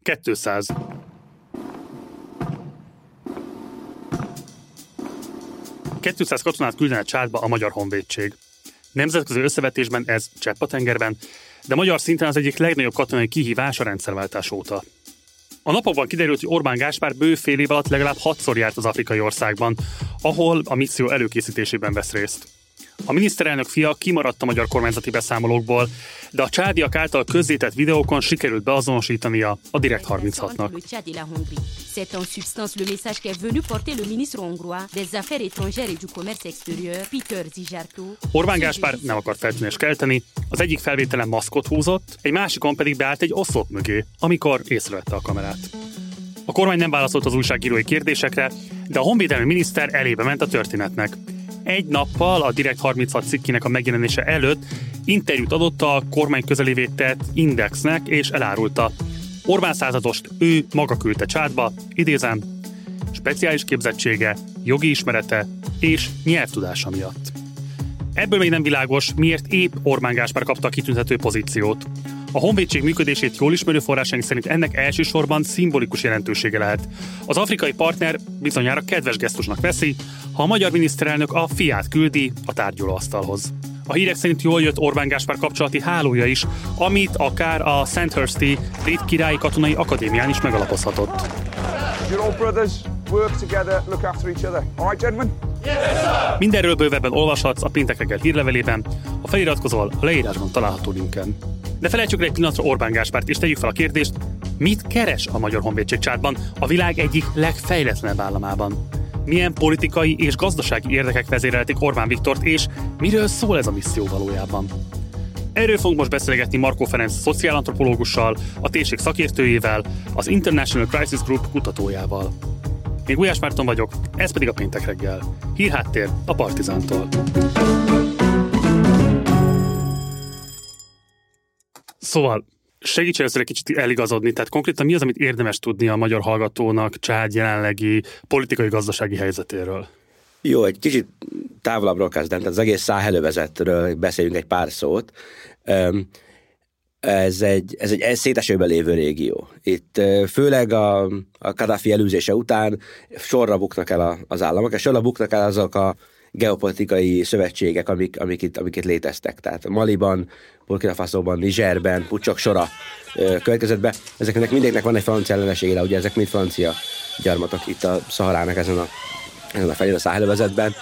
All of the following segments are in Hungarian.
200. ...200 katonát küldene Csádba a magyar honvédség. Nemzetközi összevetésben ez csepp a tengerben, de magyar szinten az egyik legnagyobb katonai kihívás a rendszerváltás óta. A napokban kiderült, hogy Orbán Gáspár bő fél év alatt legalább 6-szor járt az afrikai országban, ahol a misszió előkészítésében vesz részt. A miniszterelnök fia kimaradt a magyar kormányzati beszámolókból, de a csádiak által közzétett videókon sikerült beazonosítania a Direkt 36-nak. C'est en substance le message qu'est venu porter le ministre hongrois des Affaires étrangères et du commerce extérieur, Péter Szijjártó. Orbán Gáspár nem akart feltűnést kelteni, az egyik felvételen maszkot húzott, egy másikon pedig beállt egy oszlop mögé, amikor észrevette a kamerát. A kormány nem válaszolt az újságírói kérdésekre, de a honvédelmi miniszter elébe ment a történetnek. Egy nappal a Direkt 36 cikkének a megjelenése előtt interjút adott a kormány közelévé tett Indexnek, és elárulta. Orbán századost ő maga küldte Csádba, idézem, speciális képzettsége, jogi ismerete és nyelvtudása miatt. Ebből még nem világos, miért épp Orbán Gáspár kapta a kitüntető pozíciót. A honvédség működését jól ismerő forrásaink szerint ennek elsősorban szimbolikus jelentősége lehet. Az afrikai partner bizonyára kedves gesztusnak veszi, ha a magyar miniszterelnök a fiát küldi a tárgyalóasztalhoz. A hírek szerint jól jött Orbán Gáspár kapcsolati hálója is, amit akár a Sandhursti Brit Királyi Katonai Akadémián is megalapozhatott. Mindenről bővebben olvashatsz a Péntek reggel hírlevelében, ha feliratkozol a leírásban található linken. De felejtsük le egy pillanatra Orbán Gáspárt, és tegyük fel a kérdést, mit keres a magyar honvédség Csádban, a világ egyik legfejletlenebb államában? Milyen politikai és gazdasági érdekek vezérelték Orbán Viktort, és miről szól ez a misszió valójában? Erről fogunk most beszélgetni Markó Ferenc szociálantropológussal, a térség szakértőjével, az International Crisis Group kutatójával. Én Gulyás Márton vagyok, ez pedig a Péntek reggel. Hírháttér a Partizántól. Szóval, segíts először egy kicsit eligazodni, tehát konkrétan mi az, amit érdemes tudni a magyar hallgatónak Csád jelenlegi politikai-gazdasági helyzetéről? Jó, egy kicsit távolabbról kezdem, tehát az egész Száhelövezetről beszéljünk egy pár szót. Ez egy szétesőben lévő régió. Itt főleg a Kadhafi elűzése után sorra buknak el az államok, és sorra buknak el azok a geopolitikai szövetségek, amik itt léteztek. Tehát Maliban, Burkina Fasoban, Nigerben, puccsok sora következett be. Ezeknek mindegynek van egy francia ellenesége, ugye ezek mind francia gyarmatok itt a Szaharának ezen a felén, a Száhelövezetben.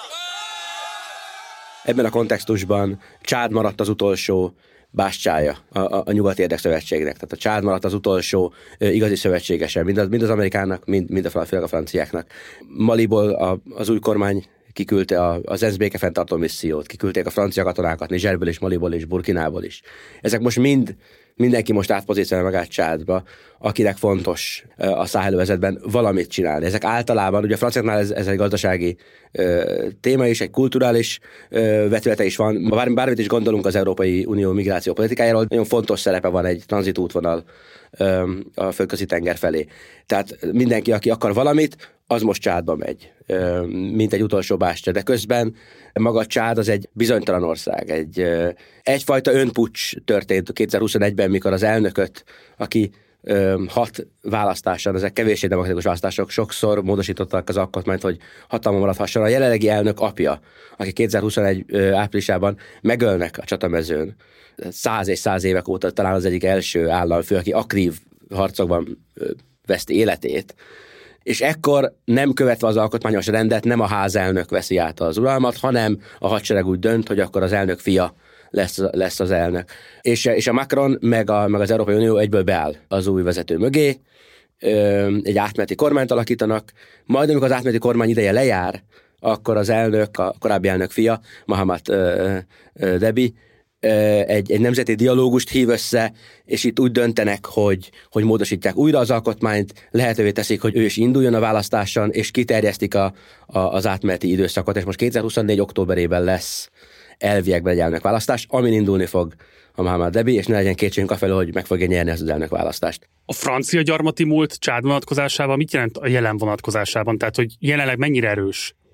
Ebben a kontextusban Csád maradt az utolsó bástyája a nyugati érdekszövetségnek. Tehát a Csád maradt az utolsó igazi szövetségese, mind az amerikának, mind a franciáknak. Maliból az új kormány kiküldte az ENSZ békefenntartó missziót, kiküldték a francia katonákat Nigerből és Maliból és Burkinából is. Ezek most mindenki most átpozícionál magát Csádba, akinek fontos a Száhelövezetben valamit csinálni. Ezek általában, ugye a franciáknál ez egy gazdasági téma is, egy kulturális vetülete is van. Bármit is gondolunk az Európai Unió migráció politikájáról, nagyon fontos szerepe van egy tranzitútvonal a Földközi tenger felé. Tehát mindenki, aki akar valamit, az most Csádba megy, mint egy utolsó bástya. De közben maga Csád az egy bizonytalan ország. Egyfajta önpuccs történt 2021-ben, mikor az elnököt, aki 6 választáson, ezek kevéssé demokratikus választások, sokszor módosították az alkotmányt, hogy hatalma maradhasson. A jelenlegi elnök apja, aki 2021 áprilisában megölnek a csatamezőn, 100 és 100 évek óta talán az egyik első államfő, aki aktív harcokban veszti életét, és ekkor nem követve az alkotmányos rendet nem a házelnök veszi át az uralmat, hanem a hadsereg úgy dönt, hogy akkor az elnök fia lesz az elnök. És a Macron meg az Európai Unió egyből beáll az új vezető mögé, egy átmeneti kormányt alakítanak, majd amikor az átmeneti kormány ideje lejár, akkor az elnök, a korábbi elnök fia, Mahamat Debi, egy nemzeti dialógust hív össze, és itt úgy döntenek, hogy módosítják újra az alkotmányt, lehetővé teszik, hogy ő is induljon a választáson, és kiterjesztik az átmeneti időszakot, és most 2024. októberében lesz elviekben egy elnökválasztás, amin indulni fog a Mahamat Debi, és ne legyen kétségünk afelől, hogy meg fogja nyerni az elnökválasztást. A francia gyarmati múlt Csád vonatkozásában mit jelent a jelen vonatkozásában? Tehát, hogy jelenleg mennyire erős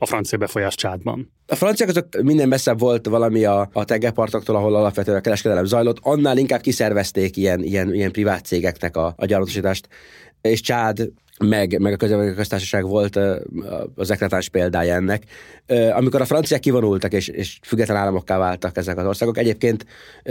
a francia befolyás Csádban? A franciák azok minden messzebb volt valami a tengerpartoktól, ahol alapvetően a kereskedelem zajlott, annál inkább kiszervezték ilyen privát cégeknek a gyarmatosítást, és Csád meg a Közel-Amerikai Köztársaság volt az eklatáns példája ennek. Amikor a franciák kivonultak és független államokká váltak ezek az országok, egyébként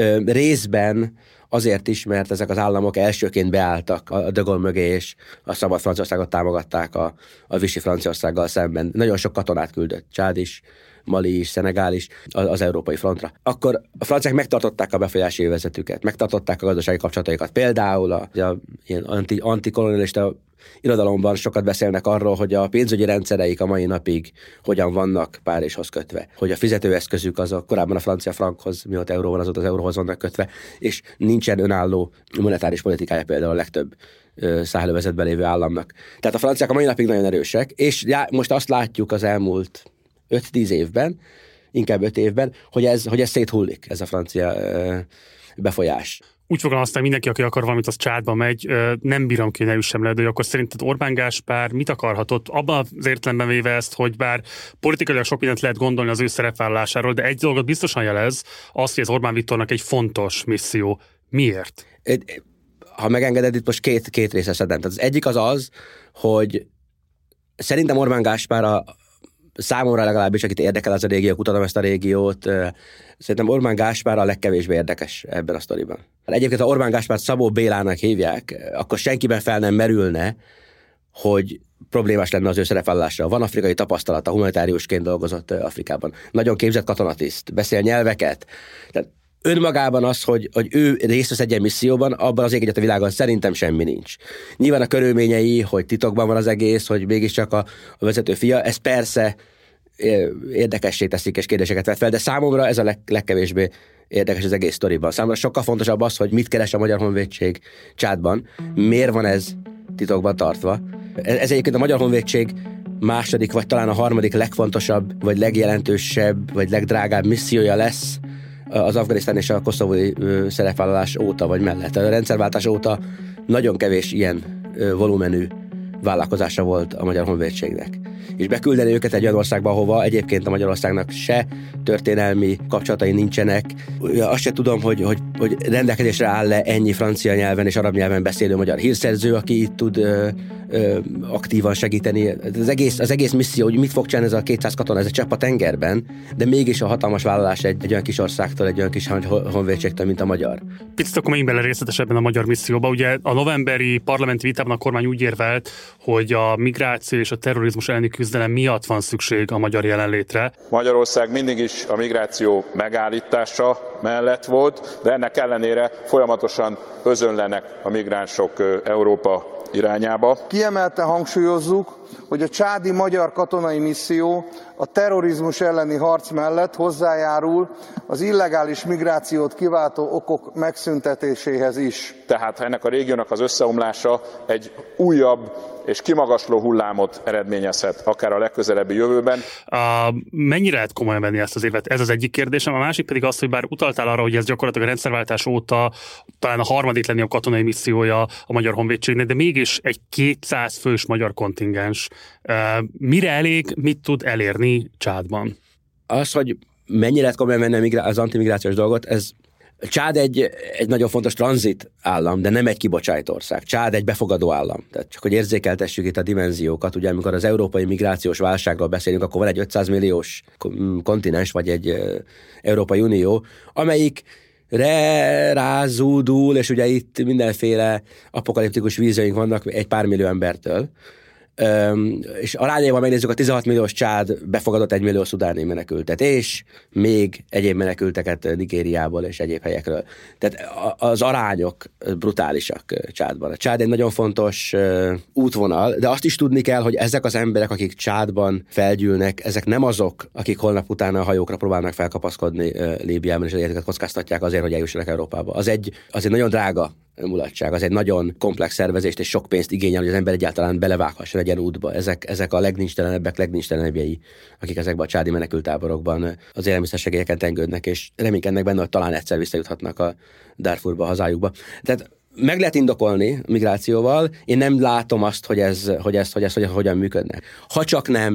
részben azért is, mert ezek az államok elsőként beálltak a de Gaulle mögé, és a szabad Franciaországot támogatták a Vichy Franciaországgal szemben. Nagyon sok katonát küldött, Csád is, Mali is, Szenegál is az európai frontra. Akkor a franciák megtartották a befolyási övezetüket, megtartották a gazdasági kapcsolataikat. Például ilyen antikolonialista irodalomban sokat beszélnek arról, hogy a pénzügyi rendszereik a mai napig hogyan vannak Párizshoz kötve. Hogy a fizetőeszközük azok korábban a francia frankhoz, mióta euró van, azóta az euróhoz vannak kötve, és nincsen önálló monetáris politikája például a legtöbb száhelövezetben lévő államnak. Tehát a franciák a mai napig nagyon erősek, és most azt látjuk az elmúlt 5-10 évben, inkább 5 évben, hogy ez széthullik, ez a francia befolyás. Úgy fogalmaztam, mindenki, aki akar valamit, az Csádba megy, nem bírom ki, hogy ne üssem le, de akkor szerinted Orbán Gáspár mit akarhatott? Abban az értelemben véve ezt, hogy bár politikailag sok mindent lehet gondolni az ő szerepvállalásáról, de egy dolgot biztosan jelez, az, hogy ez Orbán Viktornak egy fontos misszió. Miért? Ha megengeded, itt most két része szedem. Tehát az egyik az, hogy szerintem Orbán Gáspár számomra legalábbis, akit érdekel az a régió, kutatom ezt a régiót, szerintem Orbán Gáspár a legkevésbé érdekes ebben a sztoriban. Egyébként, ha Orbán Gáspárt Szabó Bélának hívják, akkor senkiben fel nem merülne, hogy problémás lenne az ő szerepvállalása. Van afrikai tapasztalata, humanitáriusként dolgozott Afrikában. Nagyon képzett katonatiszt, beszél nyelveket. Tehát önmagában az, hogy ő részt vesz egy ilyen misszióban, abban az ég a világon szerintem semmi nincs. Nyilván a körülményei, hogy titokban van az egész, hogy mégiscsak a vezető fia, ez persze érdekessé teszik és kérdéseket vet fel, de számomra ez a legkevésbé érdekes az egész sztoriban. Számomra sokkal fontosabb az, hogy mit keres a Magyar Honvédség Csádban, miért van ez titokban tartva. Ez egyébként a Magyar Honvédség második, vagy talán a harmadik legfontosabb, vagy legjelentősebb, vagy legdrágább missziója lesz az Afganisztán és a koszovói szerepvállalás óta, vagy mellett. A rendszerváltás óta nagyon kevés ilyen volumenű vállalkozása volt a Magyar Honvédségnek. És beküldeni őket egy olyan országba, ahova egyébként a Magyarországnak se történelmi kapcsolatai nincsenek. Azt se tudom, hogy rendelkezésre áll-e ennyi francia nyelven és arab nyelven beszélő magyar hírszerző, aki itt tud aktívan segíteni. Az egész misszió, hogy mit fog csinálni ez a 200 katona, ez egy csepp a tengerben, de mégis a hatalmas vállalás egy olyan kis országtól, egy olyan kis honvédségtől, mint a magyar. Picit akkor menjünk bele részletesebben a magyar misszióba. Ugye a novemberi parlamenti vitában a kormány úgy érvelt, hogy a migráció és a terrorizmus elleni küzdelem miatt van szükség a magyar jelenlétre. Magyarország mindig is a migráció megállítása mellett volt, de ennek ellenére folyamatosan özönlenek a migránsok Európa irányába. Kiemelten hangsúlyozzuk, hogy a csádi magyar katonai misszió a terrorizmus elleni harc mellett hozzájárul az illegális migrációt kiváltó okok megszüntetéséhez is. Tehát ennek a régiónak az összeomlása egy újabb és kimagasló hullámot eredményezhet, akár a legközelebbi jövőben. Mennyire lehet komolyan venni ezt az évet? Ez az egyik kérdésem. A másik pedig az, hogy bár utaltál arra, hogy ez gyakorlatilag a rendszerváltás óta talán a harmadik lenni a katonai missziója a Magyar Honvédségnek, de mégis egy 200 fős magyar kontingens. Mire elég, mit tud elérni Csádban? Az, hogy mennyire lehet komolyan venni az antimigrációs dolgot, ez Csád egy nagyon fontos tranzit állam, de nem egy kibocsájtó ország. Csád egy befogadó állam. Tehát csak hogy érzékeltessük itt a dimenziókat, ugye amikor az európai migrációs válságról beszélünk, akkor van egy 500 milliós kontinens, vagy egy Európai Unió, amelyik rázúdul, és ugye itt mindenféle apokaliptikus vízióink vannak egy pár millió embertől. És arányaival megnézzük, a 16 milliós Csád befogadott 1 millió szudáni menekültet, és még egyéb menekülteket Nigériából és egyéb helyekről. Tehát az arányok brutálisak Csádban. A Csád egy nagyon fontos útvonal, de azt is tudni kell, hogy ezek az emberek, akik Csádban felgyűlnek, ezek nem azok, akik holnap után a hajókra próbálnak felkapaszkodni Líbiában, és az életüket kockáztatják azért, hogy eljussanak Európába. Az egy nagyon drága mulatság, az egy nagyon komplex szervezést és sok pénzt igényel, hogy az ember egyáltalán belevághasson egy ilyen útba. Ezek a legnincstelenebbjei, akik ezekben a csádi menekültáborokban az élelmiszersegélyeken tengődnek, és reménykednek benne, hogy talán egyszer visszajuthatnak a Darfurba, hazájukba. Tehát meg lehet indokolni migrációval, én nem látom azt, hogy ez hogyan működne. Ha csak nem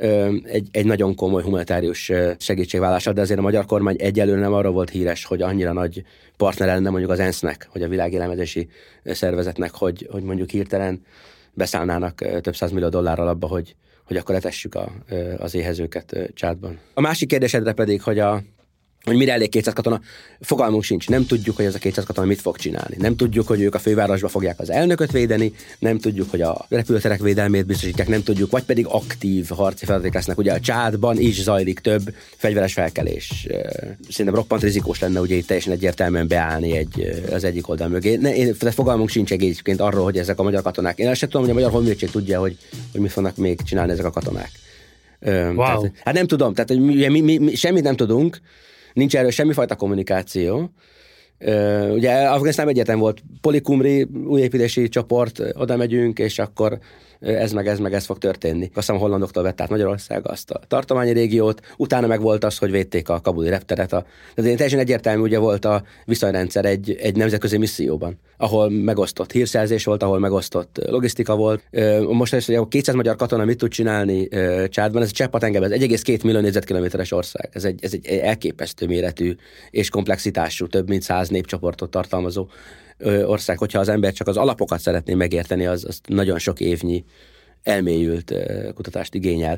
egy nagyon komoly humanitárius segítségvállásra, de azért a magyar kormány egyelőre nem arra volt híres, hogy annyira nagy partner lenne mondjuk az ENSZ-nek, vagy a világélelmezési szervezetnek, hogy mondjuk hirtelen beszállnának több $100 millió abba, hogy akkor letessük az éhezőket Csádban. A másik kérdésedre pedig, hogy mire elég 200 katona, fogalmunk sincs. Nem tudjuk, hogy ez a 200 katona mit fog csinálni. Nem tudjuk, hogy ők a fővárosba fogják az elnököt védeni, nem tudjuk, hogy a repülőterek védelmét biztosítják, nem tudjuk, vagy pedig aktív harci feladatok lesznek. Ugye a Csádban is zajlik több fegyveres felkelés. Szerintem roppant rizikós lenne ugye itt teljesen egyértelműen beállni az egyik oldal mögé. De fogalmunk sincs egyébként arról, hogy ezek a magyar katonák. Én azt sem tudom, hogy a magyar honvédség tudja, hogy mit fognak még csinálni ezek a katonák. Wow. Tehát, hát nem tudom, tehát mi semmit nem tudunk. Nincs erről semmifajta kommunikáció. Ugye Afganisztánban egyetem volt Polikumri újépítési csoport, oda megyünk, és akkor ez fog történni. Azt hiszem, a hollandoktól vett át Magyarország azt a tartományi régiót, utána meg volt az, hogy védték a kabuli repteret. Tehát teljesen egyértelmű ugye volt a viszonyrendszer egy nemzetközi misszióban, ahol megosztott hírszerzés volt, ahol megosztott logisztika volt. Most ez, hogy a 200 magyar katona mit tud csinálni Csádban, ez a Cseppatengeben, ez 1,2 millió négyzetkilométeres ország. Ez egy elképesztő méretű és komplexitású, több mint 100 népcsoportot tartalmazó ország, hogyha az ember csak az alapokat szeretné megérteni, az nagyon sok évnyi elmélyült kutatást igényel.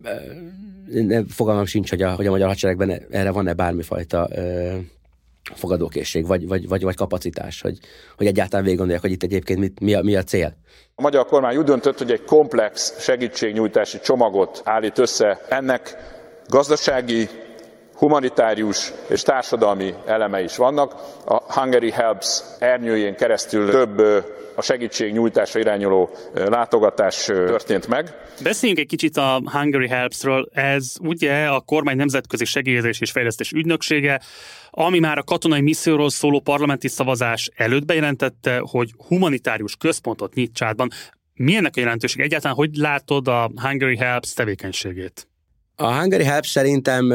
Fogalmam sincs, hogy a magyar hadseregben erre van-e bármifajta fogadókészség, vagy kapacitás, hogy egyáltalán végig gondolják, hogy itt egyébként mi a cél. A magyar kormány úgy döntött, hogy egy komplex segítségnyújtási csomagot állít össze. Ennek gazdasági, humanitárius és társadalmi eleme is vannak. A Hungary Helps ernyőjén keresztül több a segítségnyújtásra irányuló látogatás történt meg. Beszéljünk egy kicsit a Hungary Helpsről. Ez ugye a kormány nemzetközi segélyezés és fejlesztés ügynöksége, ami már a katonai misszióról szóló parlamenti szavazás előtt bejelentette, hogy humanitárius központot nyit Csádban. Mi ennek a jelentőség? Egyáltalán hogy látod a Hungary Helps tevékenységét? A Hungary Helps szerintem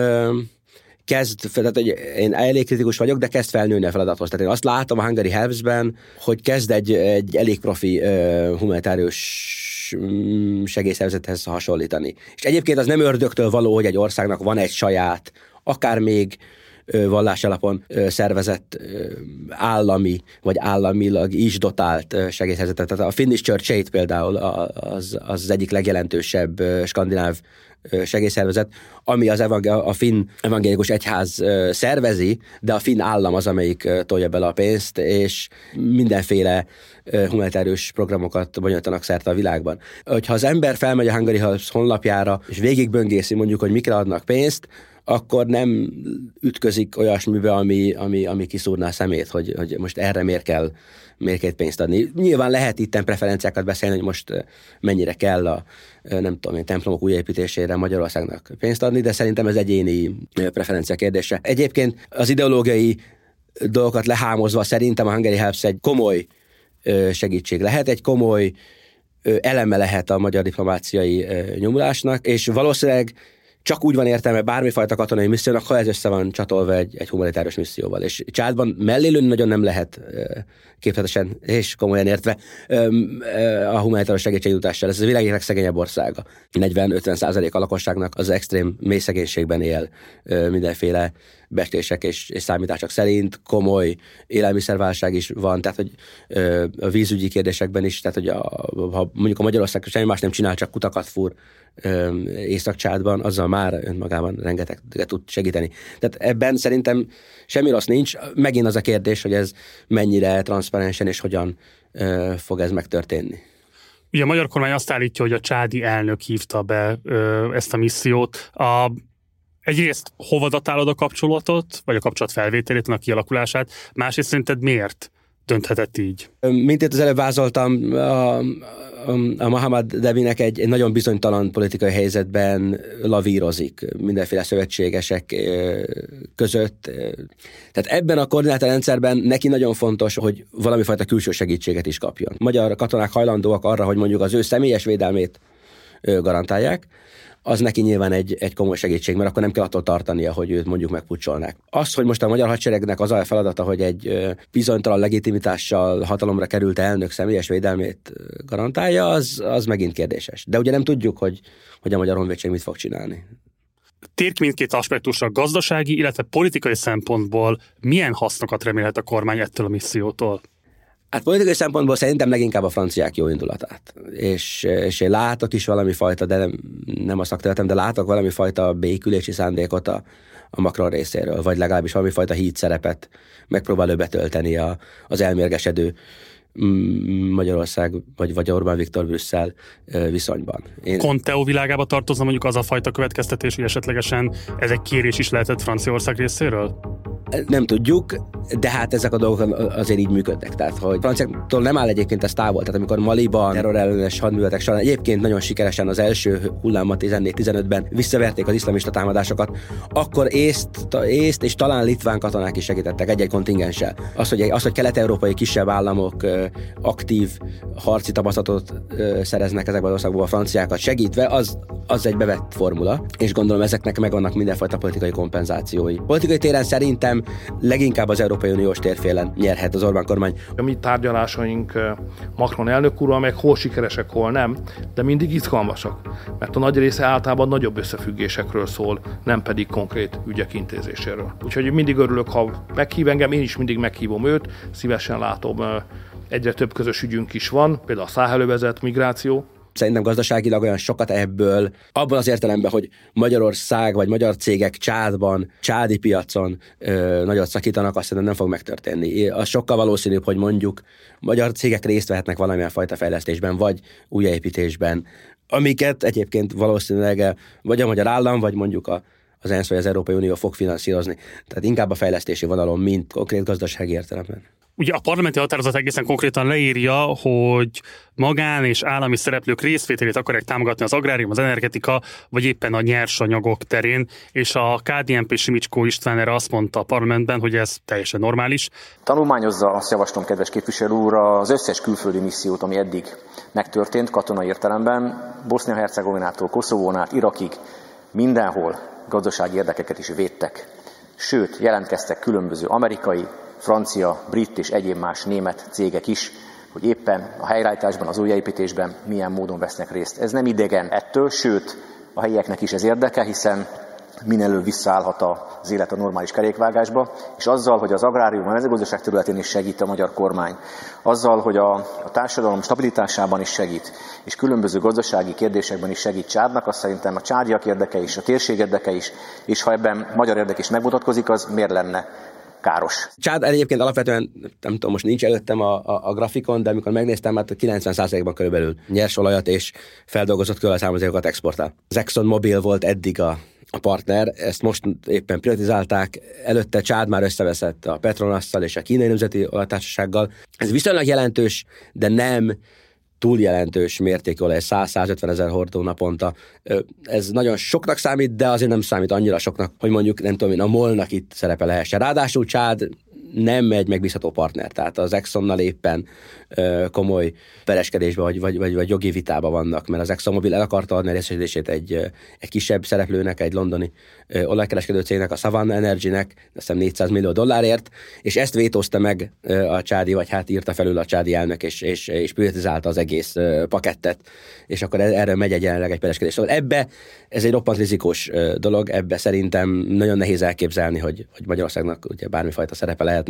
tehát én elég kritikus vagyok, de kezd felnőni a feladathoz. Tehát én azt látom a Hungary Helpsben, hogy kezd egy elég profi humanitárius segélyszervezethez hasonlítani. És egyébként az nem ördögtől való, hogy egy országnak van egy saját, akár még vallásalapon szervezett állami, vagy államilag is dotált segélyszervezetet. Tehát a Finnish Church Aid például az egyik legjelentősebb skandináv segélyszervezet, ami a finn evangélikus egyház szervezi, de a finn állam az, amelyik tolja bele a pénzt, és mindenféle humanitárius programokat bonyolítanak szerte a világban. Hogyha az ember felmegy a Hungary Helps honlapjára, és végigböngészi mondjuk, hogy mikre adnak pénzt, akkor nem ütközik olyasmibe, ami kiszúrná a szemét, hogy most erre miért kell pénzt adni. Nyilván lehet itten preferenciákat beszélni, hogy most mennyire kell a templomok újjáépítésére Magyarországnak pénzt adni, de szerintem ez egyéni preferencia kérdése. Egyébként az ideológiai dolgokat lehámozva szerintem a Hungary Helps egy komoly segítség lehet, egy komoly eleme lehet a magyar diplomáciai nyomulásnak, és valószínűleg csak úgy van értelme bármifajta katonai missziónak, ha ez össze van csatolva egy humanitárius misszióval. És Csádban mellélőni nagyon nem lehet képzetesen és komolyan értve a humanitárius segítségnyújtással. Ez a világ legszegényebb országa. 40-50% a lakosságnak az extrém mély szegénységben él mindenféle becslések és számítások szerint. Komoly élelmiszerválság is van, tehát hogy a vízügyi kérdésekben is, tehát hogy ha mondjuk a Magyarország semmi más nem csinál, csak kutakat fúr Észak-Csádban, azzal már önmagában rengeteget tud segíteni. Tehát ebben szerintem semmi rossz nincs. Megint az a kérdés, hogy ez mennyire transzparensen és hogyan fog ez megtörténni. Ugye a magyar kormány azt állítja, hogy a csádi elnök hívta be ezt a missziót. Egyrészt hova datálod a kapcsolatot, vagy a kapcsolat felvételét, a kialakulását, másrészt szerinted miért dönthetett így? Mint itt az előbb vázoltam, a Mohammad Debinek egy nagyon bizonytalan politikai helyzetben lavírozik mindenféle szövetségesek között. Tehát ebben a koordinátorrendszerben neki nagyon fontos, hogy valamifajta külső segítséget is kapjon. Magyar katonák hajlandóak arra, hogy mondjuk az ő személyes védelmét garantálják, az neki nyilván egy komoly segítség, mert akkor nem kell attól tartania, hogy őt mondjuk megpucsolnák. Az, hogy most a magyar hadseregnek az a feladata, hogy egy bizonytalan legitimitással hatalomra került elnök személyes védelmét garantálja, az megint kérdéses. De ugye nem tudjuk, hogy a Magyar Honvédség mit fog csinálni. Tér ki mindkét aspektusra, gazdasági, illetve politikai szempontból milyen hasznokat remélhet a kormány ettől a missziótól? Hát politikai szempontból szerintem leginkább a franciák jó indulatát. És én látok is valami fajta, de nem a szakterületem, de látok valami fajta békülési szándékot a Macron részéről, vagy legalábbis valami fajta híd szerepet megpróbál betölteni az elmérgesedő Magyarország vagy Orbán Viktor Brüsszel viszonyban. Conteo világába tartozna mondjuk az a fajta következtetés, hogy esetlegesen ez egy kérés is lehetett Franciaország részéről? Nem tudjuk, de hát ezek a dolgok azért így működnek. Tehát, hogy franciáktól nem áll egyébként ez távol. Tehát amikor Maliban terrorellenes hadműveletek során egyébként nagyon sikeresen az első hullámban 14-15-ben visszaverték az iszlamista támadásokat, akkor észt és talán litván katonák is segítettek egy-egy kontingenssel. Az, hogy kelet-európai kisebb államok aktív harci tapasztalatot szereznek ezekben az országokban a franciákat segítve, az egy bevett formula, és gondolom ezeknek megvannak mindenfajta politikai kompenzációi. Politikai téren szerintem leginkább az Európai Uniós térfélen nyerhet az Orbán kormány. A mi tárgyalásaink Macron elnök úrral meg hol sikeresek, hol nem, de mindig izgalmasak, mert a nagy része általában nagyobb összefüggésekről szól, nem pedig konkrét ügyek intézéséről. Úgyhogy mindig örülök, ha meghív engem, én is mindig meghívom őt, szívesen látom, egyre több közös ügyünk is van, például a Száhelövezet, migráció. Szerintem gazdaságilag olyan sokat ebből, abban az értelemben, hogy Magyarország vagy magyar cégek Csádban, csádi piacon nagyot szakítanak, azt szerintem nem fog megtörténni. Az sokkal valószínűbb, hogy mondjuk magyar cégek részt vehetnek valamilyen fajta fejlesztésben, vagy újjáépítésben, amiket egyébként valószínűleg vagy a magyar állam, vagy mondjuk az ENSZ vagy az Európai Unió fog finanszírozni. Tehát inkább a fejlesztési vonalon, mint konkrét gazdasági értelemben. Ugye a parlamenti határozat egészen konkrétan leírja, hogy magán és állami szereplők részvételét akarják támogatni az agrárium, az energetika, vagy éppen a nyersanyagok terén, és a KDNP Simicskó István erre azt mondta a parlamentben, hogy ez teljesen normális. Tanulmányozza, azt javaslom, kedves képviselő úr, az összes külföldi missziót, ami eddig megtörtént katonai értelemben, Bosznia-Hercegovinától Koszovón át Irakig, mindenhol gazdasági érdekeket is védtek. Sőt, jelentkeztek különböző amerikai, francia, brit és egyéb más német cégek is, hogy éppen a helyreállításban, az újjáépítésben milyen módon vesznek részt. Ez nem idegen ettől, sőt, a helyieknek is ez érdeke, hiszen minél előbb visszaállhat az élet a normális kerékvágásba, és azzal, hogy az agrárium, a mezőgazdaság területén is segít a magyar kormány, azzal, hogy a társadalom stabilitásában is segít, és különböző gazdasági kérdésekben is segít Csádnak, azt szerintem a csádiak érdeke is, a térség érdeke is, és ha ebben magyar érdek is megmutatkozik, az miért lenne káros. Csád egyébként alapvetően, nem tudom, most nincs előttem a grafikon, de amikor megnéztem, hát 90%-ban körülbelül nyersolajat és feldolgozott kőolajszármazékokat exportál. Az ExxonMobil volt eddig a partner, ezt most éppen privatizálták, előtte Csád már összeveszett a Petronasszal és a Kínai Nemzeti Olajtársasággal. Ez viszonylag jelentős, de nem túl jelentős mértékű olaj, 100-150 ezer hordó naponta. Ez nagyon soknak számít, de azért nem számít annyira soknak, hogy mondjuk, nem tudom én, a MOL-nak itt szerepe lehessen. Ráadásul Csád nem egy megbízható partner, tehát az Exxonnal éppen komoly pereskedésbe vagy jogi vitába vannak, mert az ExxonMobil el akarta adni a részesedését egy kisebb szereplőnek, egy londoni olajkereskedő cégnek, a Savannah Energy-nek, azt hiszem $400 millió, és ezt vétózta meg a csádi, vagy hát írta felül a csádi elnök, és privatizálta az egész pakettet, és akkor erről megy jelenleg egy pereskedés. Szóval ez egy roppant rizikós dolog, ebbe szerintem nagyon nehéz elképzelni, hogy Magyarországnak ugye bármifajta szerepe lehetne.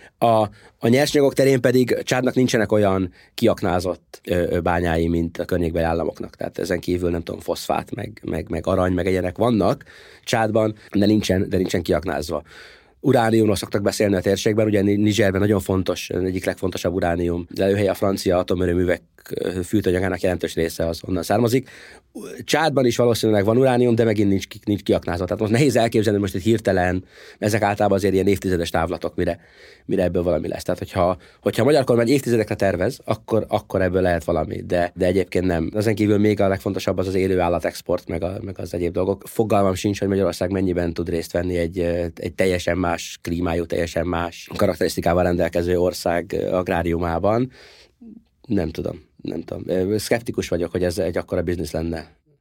A nyersanyagok terén pedig Csádnak nincsenek olyan kiaknázott bányái, mint a környékbeli államoknak. Tehát ezen kívül nem tudom, foszfát, meg arany, meg egyenek vannak Csádban, de nincsen kiaknázva. Urániumról szoktak beszélni a térségben, ugye Nigerben nagyon fontos, egyik legfontosabb uránium. Az előhelye a francia atomerőművek fűtőanyagának jelentős része az onnan származik. Csádban is valószínűleg van uránium, de megint nincs kiaknázva. Tehát most nehéz elképzelni, hogy most egy hirtelen, ezek általában azért ilyen évtizedes távlatok, mire ebből valami lesz. Tehát hogyha a magyar kormány évtizedekre tervez, akkor ebből lehet valami, de egyébként nem. Ezen kívül még a legfontosabb az élő állatexport, meg az egyéb dolgok. Fogalmam sincs, hogy Magyarország mennyiben tud részt venni egy teljesen más klímájú, teljesen más karakterisztikával rendelkező ország agráriumában. Nem tudom. Szkeptikus vagyok, hogy ez egy akkora biznisz lenne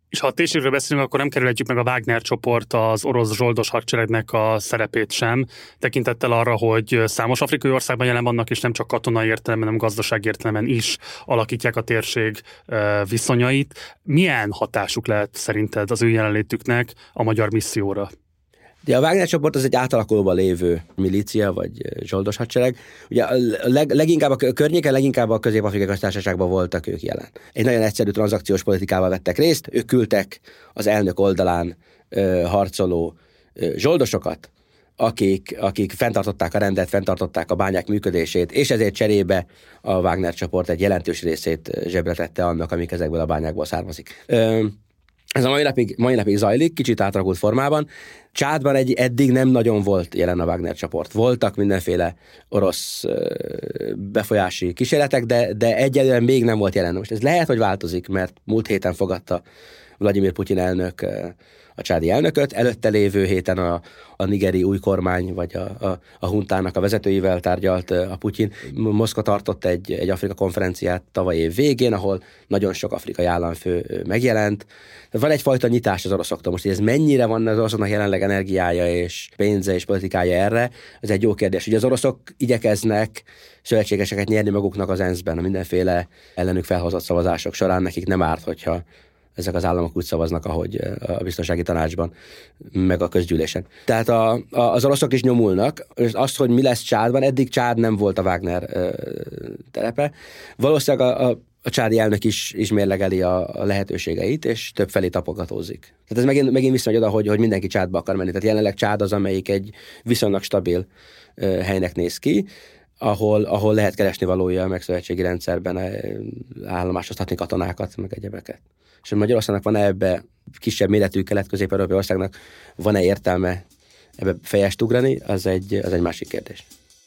És ha a térségről beszélünk, akkor nem kerülhetjük meg a Wagner csoport az orosz zsoldos hadseregnek a szerepét sem, tekintettel arra, hogy számos afrikai országban jelen vannak, és nem csak katonai értelemben, hanem gazdasági értelemben is alakítják a térség viszonyait. Milyen hatásuk lehet szerinted az ő jelenlétüknek a magyar misszióra? De a Wagner csoport az egy átalakulóban lévő milícia, vagy zsoldos hadsereg. Ugye leginkább a környéken, leginkább a Közép-Afrikai Köztársaságban voltak ők jelen. Egy nagyon egyszerű tranzakciós politikával vettek részt, ők küldtek az elnök oldalán harcoló zsoldosokat, akik fenntartották a rendet, fenntartották a bányák működését, és ezért cserébe a Wagner csoport egy jelentős részét zsebre tette annak, amik ezekből a bányákból származik. Ez a mai napig zajlik, kicsit átalakult formában. Csádban eddig nem nagyon volt jelen a Wagner csoport. Voltak mindenféle orosz befolyási kísérletek, de egyelőre még nem volt jelen. Most ez lehet, hogy változik, mert múlt héten fogadta Vladimir Putyin elnök a csádi elnököt, előtte lévő héten a nigeri új kormány, vagy a huntának a vezetőivel tárgyalt a Putyin. Moszkva tartott egy Afrika konferenciát tavaly év végén, ahol nagyon sok afrikai államfő megjelent. Van egyfajta nyitás az oroszoktól. Most, hogy ez mennyire van az oroszoknak jelenleg energiája és pénze és politikája erre, ez egy jó kérdés. Ugye az oroszok igyekeznek szövetségeseket nyerni maguknak az ENSZ-ben, a mindenféle ellenük felhozott szavazások során, nekik nem árt, hogyha ezek az államok úgy szavaznak, ahogy a biztonsági tanácsban, meg a közgyűlésen. Tehát az oroszok is nyomulnak, és az, hogy mi lesz Csádban, eddig Csád nem volt a Wagner terepe. Valószínűleg a csádi elnök is mérlegeli a lehetőségeit, és több felé tapogatózik. Tehát ez megint visszamegy oda, hogy mindenki Csádba akar menni. Tehát jelenleg Csád az, amelyik egy viszonylag stabil helynek néz ki, ahol lehet keresni valója meg szövetségi rendszerben állomásoztatni katonákat, meg egyebeket. És Magyarországnak van-e ebbe kisebb méretű kelet-közép-európai országnak, van-e értelme ebbe fejest ugrani, az egy másik kérdés.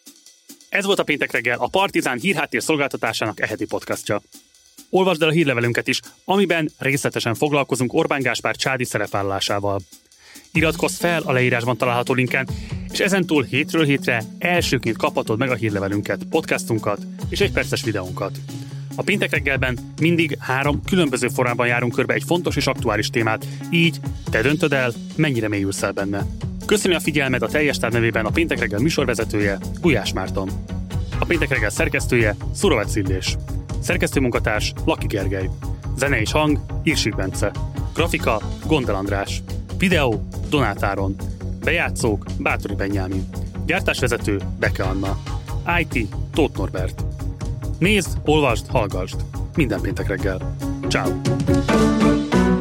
Ez volt a Péntek reggel, a Partizán hírháttér szolgáltatásának eheti podcastja. Olvasd el a hírlevelünket is, amiben részletesen foglalkozunk Orbán Gáspár csádi szerepvállalásával. Iratkozz fel a leírásban található linken, és ezentúl hétről hétre elsőként kaphatod meg a hírlevelünket, podcastunkat és egy perces videónkat. A Péntek reggelben mindig 3 különböző formában járunk körbe egy fontos és aktuális témát, így te döntöd el, mennyire mélyülsz el benne. Köszönöm a figyelmed a teljes táv nevében a Péntek reggel műsorvezetője, Gulyás Márton. A Péntek reggel szerkesztője, Szurovec Illés. Szerkesztőmunkatárs, Laki Gergely. Zene és hang, Irsik Bence. Grafika, Gondel András. Videó, Donát Áron. Bejátszók, Bátori Benyámin. Gyártásvezető, Beke Anna. IT, Tóth Norbert. Nézd, olvasd, hallgasd. Minden péntek reggel. Ciao.